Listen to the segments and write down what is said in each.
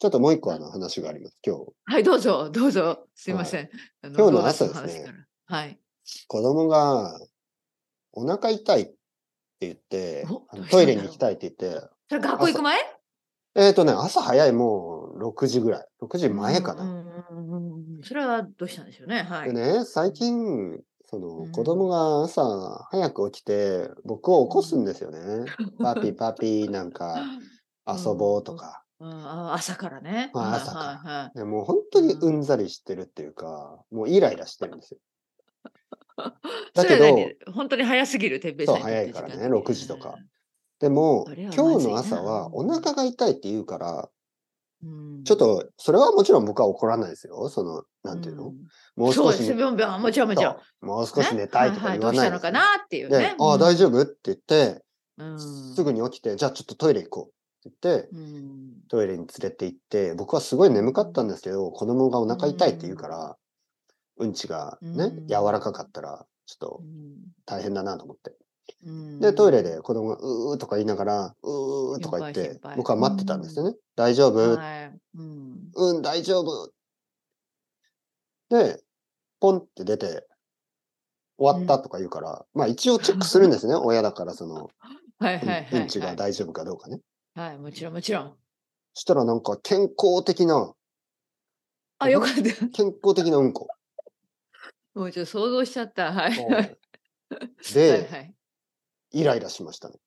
ょっともう一個話があります、今日。 はい、どうぞ、どうぞ。すいません。 今日の朝ですね、 はい。 子供がお腹痛いって言って、 どうしトイレたんだろう。 に行きたいって言って、 それ学校行く前？ 朝早い、もう6時ぐらい。6時前かな。 それはどうしたんでしょうね。はでい。 ね、最近、子供が朝早く起きて、僕を起こすんですよね。パピパピ、なんか、遊ぼうとか。 朝からね。 まあ、 はい朝かはいはら。でもう本当い。 にうんざりしてるっていうか、もうイライラしてるんですよ。だそれはけど、 何？本当に早すぎる、てっぺいそう、 さんにとっ早いからね、 て時間的に。 6時とか。でも、 それはま今日ずいな。 の朝はお腹が痛いって言うから、 うん。 ちょっと、それはもちろん僕は怒らないですよ。なんていうの、 うん。 もう少し、 そうです。もちろんもちろん。 もう少しね。 寝たいとか言はいはい。どうしたわないですよ。 のかなっていうで、 ね。 ああ、大丈夫って言って、 うすぐん。 に起きて、じゃあちょっとトイレ行こうって言って、 うん。 トイレに連れて行って、僕はすごい眠かったんですけど、子供がおう腹痛いって言うかん。 ら、うんちがうね、柔らん。 かかったら、ちょっとうん。 大変だなと思って。 うで、トイレん。 で子供がうーとか言いながら、うーと心か言って、 配心配。う僕は待ってたんですん。 よね。大丈夫？ はい。うん。 うん、大丈夫。で、ポンって出て、終わったとか言うから、まあ一応チェックするんですね。親だからはいはいうんちはいはい。 が大丈夫かどうかね。 はい、もちろんもちろん。 そしたらなんか健康的な、 あ、よかった。 健康的なうんこ。 もうちょっと想像しちゃった。はいはい。 はい。で、 はいはい。 イライラしましたね。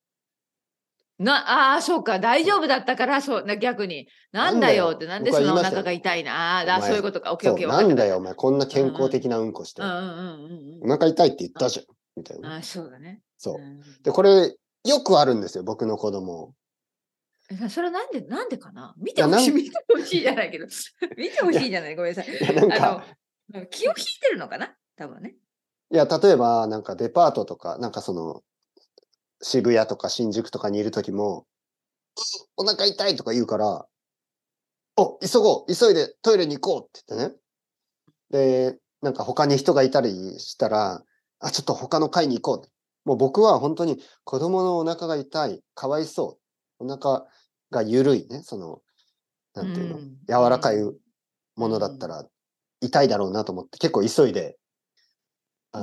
そうか、大そう。 丈夫だったから、逆に。ななんんだよって、 だよ。僕はなんでそんなお言いましたよ。 腹が痛いな。そういうお前、 ことか。オッケーオッそう、 ケー、分かった分かった。 なんだよ、お前、こんなうんうん。 健康的なうんこして。 うんうんうんうんうん。 お腹痛いって言ったじゃん。みたいなね。 そうだね。うそう。 ん。 で、これ、よくあるんですよ、僕の子供。 それなんでかな？見いや、 てほしい見てほしいじゃないけど、見てほいや、 しいじゃない、ごめんなさい。 いや、なんあの、 か、 気を引いてるのかな？多分ね。 いや、例えば、なんかデパートとか、渋谷とか新宿とかにいる時も、お腹痛いとか言うから、急ごう、急いでトイレに行こうって言ってね。で、なんか他に人がいたりしたら、ちょっと他の階に行こうって。もう僕は本当に子供のお腹が痛い、かわいそう、お腹が緩いね、なうんていうの、 ん。う柔らかいん。うものだったん。 ら痛いだろうなと思って結構急いで、 うん。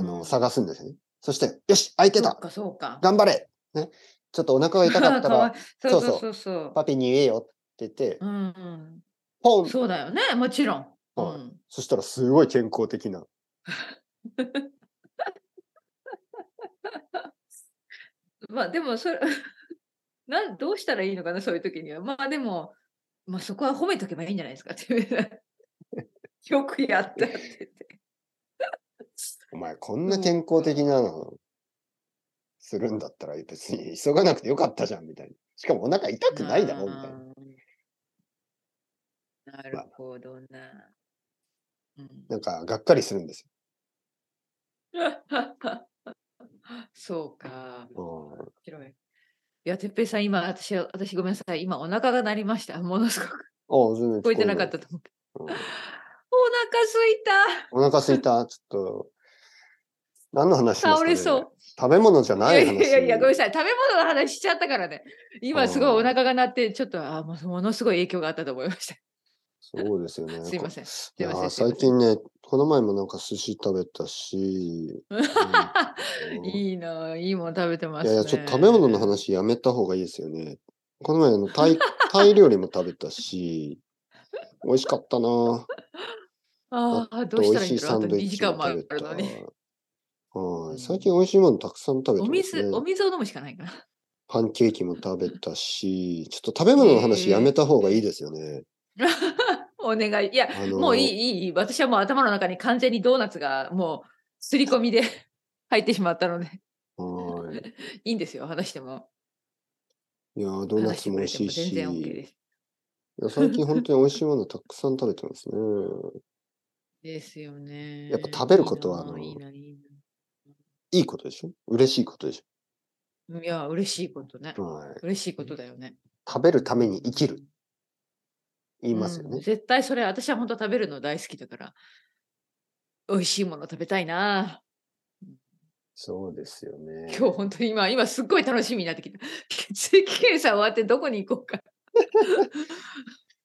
探すんですよね。そして、よし、空いてた、 そっかそうか。 頑張れね。ちょっとお腹が痛かったら、 そうそうそそうそう、 うそう。 パピに言えよって言って、 うんうん。 ポン、 そうだよね、もちろん。うはい。 ん。 そしたらすごい健康的な。 でもどうしたらいいのかな、そういう時には。でも、そこは褒めとけばいいんじゃないですかっていう。よくやったって言って。 お前こんなそう健康的か。 なのするんだったら別に急がなくてよかったじゃんみたいな。しかもお腹痛くないだろみたいな。 あなまあ、 るほどな。うん。 なんかがっかりするんですそうか。面よ。 白い。いや、てっぺいさん、今、私ごめんなさい。今お腹が鳴りました。ものすごく。 うん。全然聞聞こえてなこえないです。 かったと思うけうん。 ど。お腹空いた。 お腹空いた。ちょっと、何の話しま倒すかね。 れそ食べ物じゃう。いないやいやいやいや、ごめん話。 なさい。食べ物の話しちゃったからね。 う今すごいおん。 腹が鳴って、ちょっと、ものすごい影響があったと思いました。 そうですよね。 すいません。すいやー、 いませんすいません。 最近ね、この前もなんか寿司食べたし、うんいいな、いいもの食べてますいやいや、ちょっと食べ物のね。 話やめた方がいいですよね。この前タイ料理も食べたし、美味しかったな。あどうと、美味したらいいんだろう。あとしいサンドイッ 2時間もあチも食べた。 るのに。 はい。最うん。 近美味しいものたくさん食べてますね。 お水を飲むしかないかな。 パンケーキも食べたし、ちょっと食べ物の話やめえた方がいいえ。 ですよね。 お願い。いや、もうあの、 いい。私はもう頭の中に完全にドーナツがもう刷り込みで入ってしまったので、 はい。 いいんですよ、話しても。 いやー、ドーナ話してくれてツも美味しいも全然オッケーし、 です。 いや、最近本当に美味しいものたくさん食べてますね。 ですよやっぱね。 食べるいいことは、 な、いいな、いいいいことでしょ？嬉しいことでしな。いや、嬉しいことね。 ょ？はい。 嬉しいことだよね。 食べるために生きる、 うん言いうん。 ますよね。 絶対それ、私は本当食べるの大好きだから、美味しいもの食べたいな。 そうですよね。 今日本当に今すっごい楽しみになってきた。血液検査終わってどこに行こうか。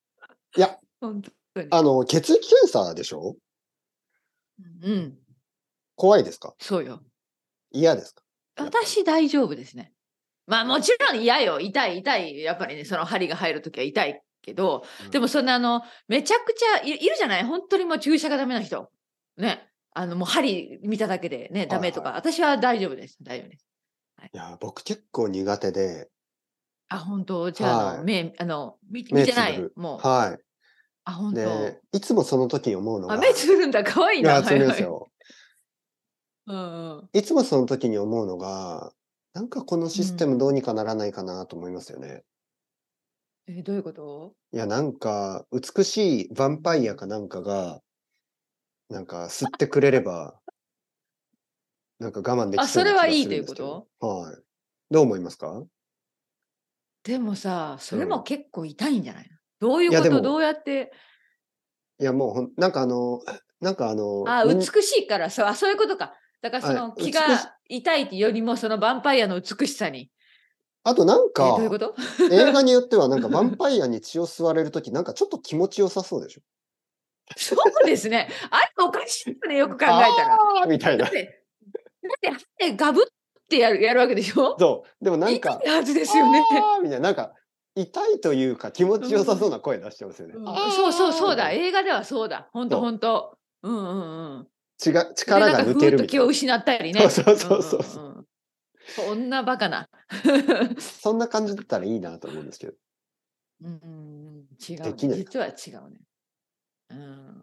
いや、 本当に。 血液検査でしょ？ うん。 怖いですか？ そうよ。 嫌ですか？やっぱり。 私大丈夫ですね。まあもちろん嫌よ。痛い痛い。やっぱりね、その針が入るときは痛いけど、でもそんなめちゃくちゃいるじゃない？本当にもう注射がダメな人。ね。もう針見ただけでね、ダメとか。 はいはい。 私は大丈夫です。大丈夫です。はい。 いや、僕結構苦手で、 あ、本当。じゃあ、 は見い。目てない？ つぶる。 もう。 はあ、本い。で、 当。 いつもその時に思うのあ、目が、 つぶるんだ。可愛いな。 いや、 はいはい。 つぶりますよ。 うんうん。 いつもその時に思うのが、なんかこのうシステムどうん。 にかならないかなと思いますよね。 どういうこと？ いや、なんか、美しいヴァンパイアかなんかが、なんか吸ってくれれば、なんか我慢できあ、 そうな気がすそれはいいとるんですけど。 いうこと？ はい。どう思いますか？ でもさ、それもうん。 結構痛いんじゃないの？どういういや、でも、 こと？どうやって？ いや、もうなんかなんかあ、美しいから、そういうことか。だからそはい、 の気が痛いっていうよりも、そのヴァンパイアの美しさに。 あとなんか、 どういうこと？ 映画によってはなんかヴァンパイアに血を吸われる時、なんかちょっと気持ちよさそうでしょ？ そうですね。あれおかしいよね、よく考あえたら。 あ、みたいな。 だってガブってやるわけでしょ？ そう、でもなん痛か、 いはずですよね。 ああ、みたいな、なんか、痛いというか、気持うちよさそうん。 な声出してますよね。 うん。そうそうそうだ、 ああみたいな。 映画ではそうだ。ほんとほそんと。うんうんうん。 力で、なんかが抜ふーっと気をけるみたいな。 失ったりそうね。 そううんうそうそうそう。 んうん。そんなバカな。 そんな感じだったらいいなと思うんですけど、 うんうんうん、違うね。 できないか。 実は違うね。うん、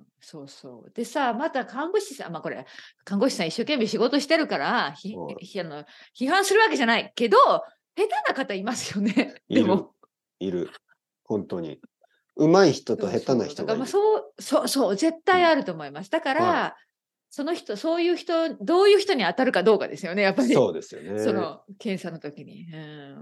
そうそう。でさ、また看護師さん、まあこれ、看護師さん一生懸命仕事してるから、 は批判するわけじゃないけど、下手な方いますよね。 い。いる、 でも。 いる。ほんとに。上手い人と下手なそうそう。だからまあ人がいる。 そう、絶うん。 対あると思います。だかはい。 ら、そういう人、どういう人に当たるかどうかですよね、やっぱり。 そうですよそね。 の検査の時に。うん。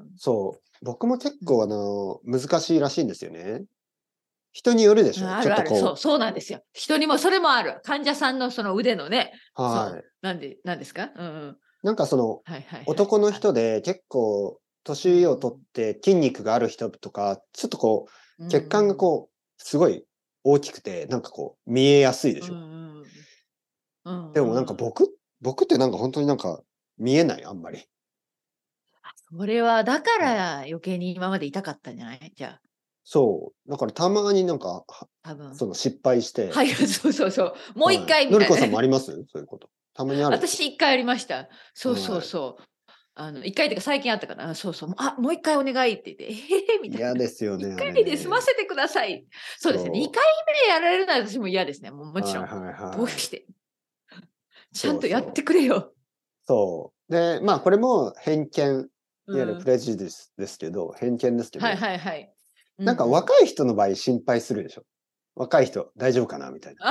そう。僕も結構うん。 難しいらしいんですよね。人によるでしょ？ちょっあるある、そう、 とこうそうなんですよ。人にもそれもある。患者さんのその腕のね、そう、 はい。 なんですか？うんうん。 なんかはいはいはい。 男の人で結構う年を取っん。 て筋肉がある人とか、ちょっとこう、 うん血管がうん。 こう、すごい大きくて、なんかこう、見えやすいでうんしょ。 うん。うんでもなんかうん。 僕ってなんか本当になんか、見えない、あんまり。 それはだかはい。 ら余計に今まで痛かったんじゃない？じゃあ、 そう。だからたまになんか、 多分。 その失敗して、 はい、そうそうそう。もう一はい。 回みのりこさんもあたいなね。 ります？そういうこと。たまにあるでしょ？ 私一回ありました。そうそうはい。 そう。一回っていうか最近あったかな。そうそう。もう一回お願いって言って、えへへみたい嫌な。 ですよね、 一あれ回で済まね。 せてください。そうですね。2 そ回目でやられるのは私も嫌ですね。もちろん。 はいはいはい。 どうして？ちゃんとやってそうそう。 くれよ。 そう。で、まあ、これも偏見、いわゆるプうん。 レジディスですけど、偏見ですけはいど、 はいはい。うんなんかうん。 若い人の場合心配するでしょ。若い人大丈夫かなみたいな。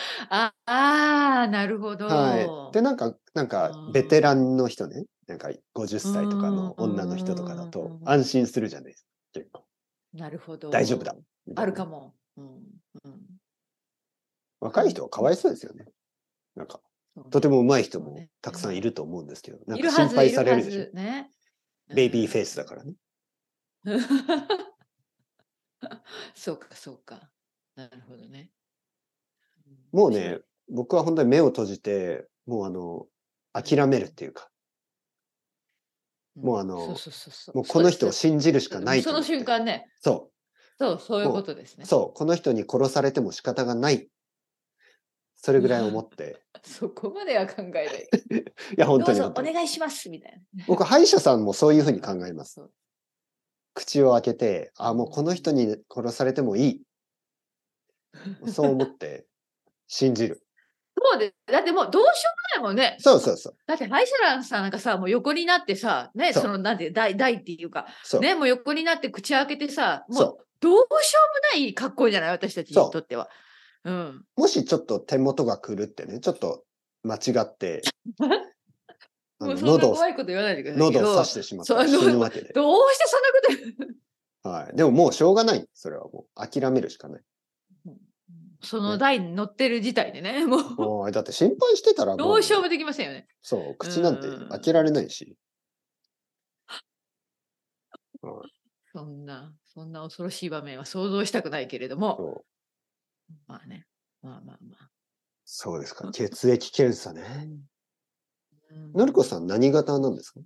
なるほはい。 ど。 で、なんかベテラああ。 ンの人ね、なんか50 うー歳とかん、 のう女の人とかんだとうんうん。 安心するじゃないですか、結構。 なるほ大丈夫だ、 ど。あみたいな。 るかも。うん、うん。 若い人はかわいそうですよね。なんか、 そうね。 とても上手い人もそうね。 たくさんいると思うんですけど、なんかいるはず、 心配いるはされるでしょ。 ず。ね。うベイビーフェイん。 スだからね。 そうか、そうか。なるほどね。うん、 もうね、 面白い。 僕は本当に目を閉じて、もう諦めるっうん。 ていうか、 うん。 もうそうそうそうそう。 もうこそうです、 の人をそうです。 信じるしかなもうそのいと思って。 瞬間ね、 そそういうこもとですね。 そう、この人に殺されても仕方がない。それぐらい思って。 そこまでは考えない。 いや、本どう当に本当に。 ぞお願いしますみたいな。 僕、歯医者さんもそういう風に考えます。 そう。 口を開けて、 うあ、もうこの人ん。 に殺されてもいい。そう思って信じる。 そうで、だってもうどうしようもないもんね。 そうそうそう。 だって歯医者さんなんかさ、もう横になってさ、ね、 そう、 そのなんて、台っていうか、 そう、 ね、もう横になって口開けてさ、もうそう、 どうしようもない格好じゃない？私たちにとそっては。うん。 う。もしちょっと手元が狂ってね、ちょっと間違って、 もうそんな喉を怖いこと言わないでくださいけ喉を刺ど、 してしまったらそう、 死ぬわけで。 どうしてそんなこと言う。 はい。でももうしょうがない。それはもう諦めるしかない。 そのね。 台に乗ってる自体でね、もうもう、だって心配してたらもう、 どうしようもできませんよね。 そう、 う口なんて開けられん。 ないし。はい。 そんな恐ろしい場面は想像したくないけれども、 そう。 まあね。まあまあまあ。 そうですか。血液検査ね。のりこさん。 ん何型なんですか？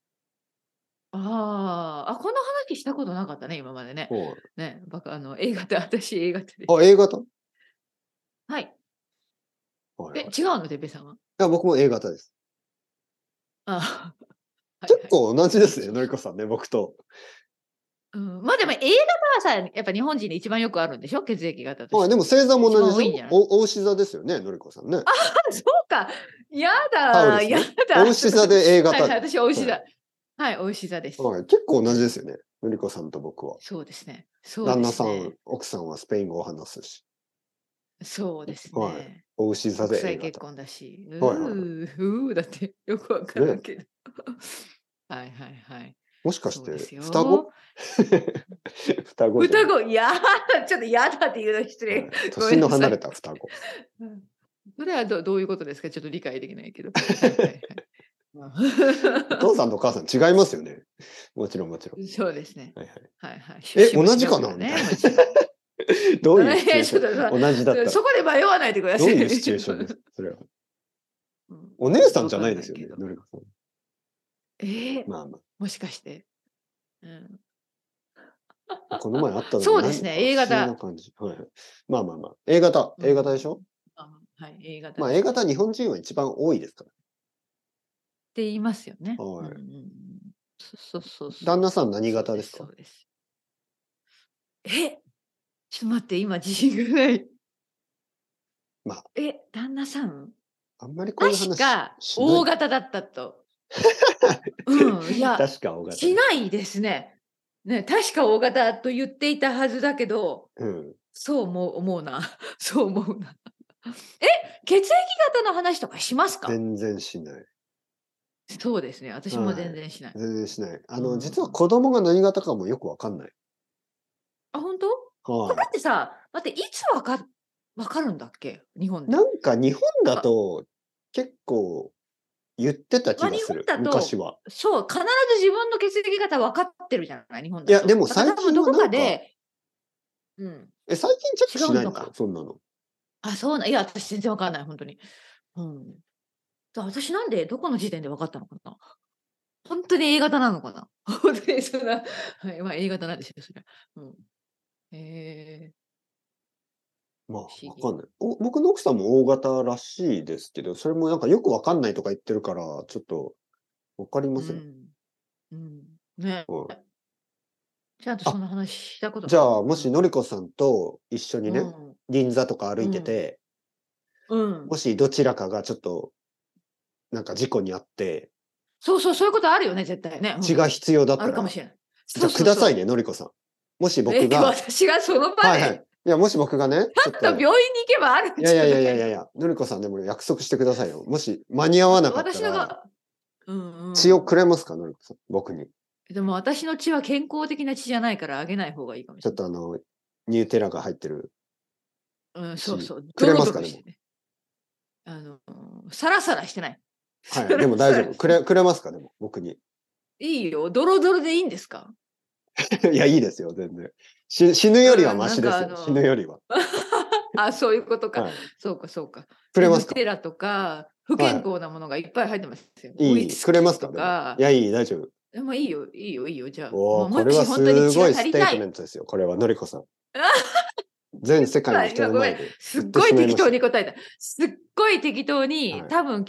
この話したことなかったね、今までね。 はい。 ね、A 型、私 A 型であ、 す。 A 型？ はい。 はいはい。い違うの、てっぺいさんは？ や、僕も A 型です。 ああ、はいはい。 結構同じですね、のりこさんね、僕と。 うん、ま、でも A 型はさ、やっぱ日本人で一番よくあるんでしょ？血液型とはい、でして。 も星座も一同じでしょ？ 番多いんじゃない？ お牡牛座ですよね、のりこさんね。 そうか。やだ、やタウルスね。おだ。 牛座で A はいはい、 型で。 私お牛はい。 座。はい、お牛座です。 はい、結構同じうん。 ですよね、のりこさんと僕は。 そうですね。そうで旦那さん、 すね。 奥さんはスペイン語を話すし。 そうですはい。 ね。 お牛座で A 国際結型。 婚だし、 はいはいはだってよくわかい。ね。 らんけど。はいはいはい。 もしかして、 そうです双子？ よ。 双子じゃない。 双子、ちょっとやだって言うの失礼。 はい。 ごめんなさい。 年の離れた双子。 うん。それはどういうことですか？ちょっと理解できないけど。はいはいはい。まあお父さんとお母さん違いますよね。もちろんもちろん。 そうですね。 はいはい。 はいはい。 え、 出同じかも違うけどね、 なみたいな。 もちろん。 どういうシチュエーショちょっとン？同じだったら。 そこで迷わないでください。 どういうシチュエーションですか？それは。 うん、 お姉さんじゃわかないですよね、 んないけど。 のりこさん。 ええ、 まあまもしかして。うん。 あ。この前会ったのになんそうですね、 か不 A 思議な型。 感じ。はいはい。まあまあまあ。A 型。 う A 型でしん。 ょ？ はい、A 型まあで A すね。 型日本人は一番多いですかって言いますよね。 ら。 うんはい。 うんうん。そうそう旦那そう。 さん何そうです型ですか？ そうです。え、ちょっと待って、今自信がない。 まあ、 旦那さん？ あんまりこういう確話かしない。 大型だったと。うん、いや、 確か O 型ね。 しないですね。ね、確か大型と言っていたはずだけど、 うん。 そう思うな。そう思うな。血液型の話とかしますか？ 全然しない。 そうですね、私もはい。 全然しない。 全然しない。 う実はん。 子供が何型かもよくわかんない。 あ、本当？これだはい。 ってさ、待って、いつわかるんだっけ？日本で。 なんか日本だあ、 と結構言ってた気日本がする、 だと、 昔は。 そう、必ず自分の血液型分かってるじゃない、日本いや、でだと。 もだから最近多分どこはなんか、 かで、うん、 最近チェック違しないんですよ、 うのか。 そんなの。 いや、私全然わかんない、本当に。うん。私なんで、どこの時点で分かったのかな。本当に A 型なのかな。本当にそんな、はい、まあ、A 型なんですよ、それ。うん。へえ、 まあ、 不思議。 わかんない。僕の奥さんも O 型らしいですけど、それもなんかよくわかんないとか言ってるから、ちょっとわかりません。 うん。うん。ね。 はい。 ちゃんとそあ、 んな話したことない。 じゃあ、もしのりこさんと一緒にね、 うん。 銀座とか歩いてうん。 て、 うん。 もしどちらかがちょっと、なんか事故に遭って、 そうそう、そういうことあるよね、絶対ね。うん。 血が必要だっあたら、 るかもしれない。 じゃあそうくださいね、 そうそう。 のりこさん。もし僕が、 私がその場はいはい。 で、 いや、もし僕がね、ちょっちゃんとと、 病院に行けばあるんじいやいやいやいゃないの？ やいやいや、のりこさんでも約束してくださいよ。もし間に合わなかったら、 私のがうん血をうん。 くれますか、のりこさん。僕に。 でも私の血は健康的な血じゃないからあげない方がいいかもちょしれない。 っとニューテラが入ってるうん、そう血、 そう、 くれドロますか、でも。 ドロしてね。あの、サラサラしてない。 はい。 サラでも大丈夫。 サラしてない。 くれますか、でも、僕に。 いいよ、ドロドロでいいんですか？ いや、いいですよ、全然。死ぬよりはうん、なんマシですよ。死ぬかよりは。 そういうことか。 はい。 そうかそうか。ヌくれますか？ テラとか、不健は康なものがいっぱい入ってますよ。 い。 ウイくれまスキーとすか、でも。いか。 や、いい、大丈夫。 でもいいよいいよいいよ、じゃあ、 おお、こもれはし本当に血がすごいステートメ足りない。 ントですよ。これは、のりこさん。全世界の人今ごめん、 の前ですっ言ってごい適しまいました。 当に答えた。すっごい適当に、 はい。 多分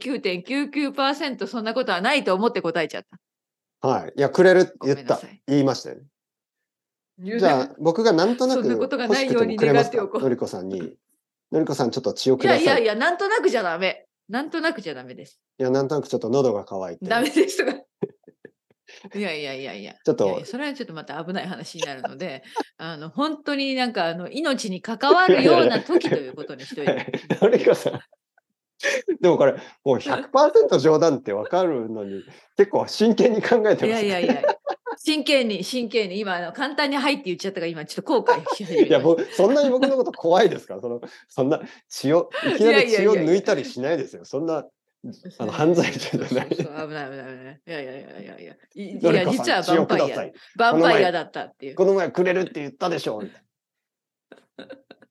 99.99%そんなことはないと思って答えちゃった。 はい。いや、くれるってご言った。 めんなさい。 言いましたよね。じゃあ、僕がなんとなそんなこくとがないように欲しくてもくれますか、 願っておこう。 のりこさんに。のりこさん、ちょっと血をいください。いやいやいや、なんとなくじゃダメ。なんとなくじゃダメです。 や、なんとなくちょっと喉が渇いダメて、 ですとか。いやいやいやいや。 ちょっと、 それはちょっとまた危ない話になるので、本当になんか命に関わるいやいやいや、 ような時ということにしといて。 のりこさん、でもこれ、もう100%冗談ってわかるのに、結構真剣に考えていますね。 やいやいや、真剣に、今簡単に「はい」って言っちゃったから、今ちょっと後悔し始めいや、 ました。 そんなに僕のこと怖いですか？そんないきいやいやなり血をいやいや。 抜いたりしないですよ。そんな、犯罪者じゃない。 危ない危ない危ない。いやいやいやいやいや。 のりこさん、 実はヴ血ァンパイアをください。 ヴァこの前、 ンパイアだったっていう。 この前くれるって言ったでしょみたい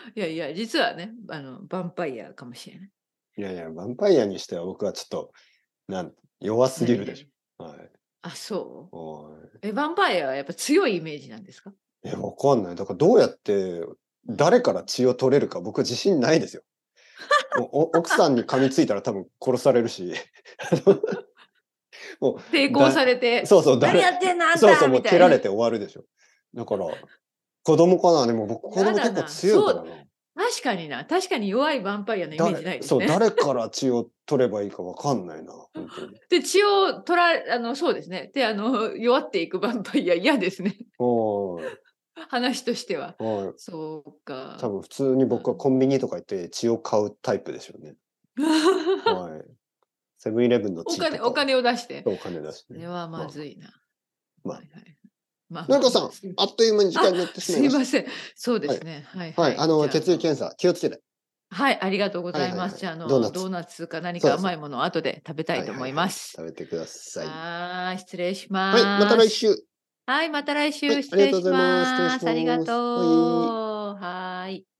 いやいや、実はね、ヴァンパイアかもしれない。 いやいや、ヴァンパイアにしては僕はちょっと、弱すぎるでしょ。はい。 あ、そはう？ヴァンパイアはやっぱ強いイメージなんですか？ い。わかんない。だからどうやって誰から血を取れるか僕自信ないですよ。奥さんに噛みついたら多分殺されるし、あのも抵抗うされて、 そうそう、 何やってんのあんそうそう、もうたみたいな。 蹴られて終わるでしょ。だから、子供かな、でも僕子供結構やだな。そう、 強いからな。 確かにな。確かに弱いヴァンパイアのイメージないですそう、 ね。 誰から血を取ればいいかわかんないな、本当に。 で、血を取らそうですね。で、弱っていくヴァンパイア嫌ですね。 はい。 話としては。 はい。 そうか。 多分普通に僕はうん。 コンビニとか行って血を買うタイプでしょうね。はい。セブンイレブンの血とかをお金を出して。 お金出してね。 それはまあまあ。 まずいな。 まあ。 はいはい。まあまあまあ、 のりこさん、あっという間に時間になってしまいました。 すいません。そうではい。 すね。はいはい。 はい。じゃあ、 血液検査気をつけて。 はい、ありがとうございます。 はいはいはい。 じゃあ、 ドーナツ。 ドーナツか何そうですね。 か甘いものを後で食べたいと思いはいはいはい。 ます。 食べてください。 失礼しはい、またます。 来週。 はい、また来週はい、ありがとうご失礼しざいます。失礼します。ありがます。はい。 とう。はい。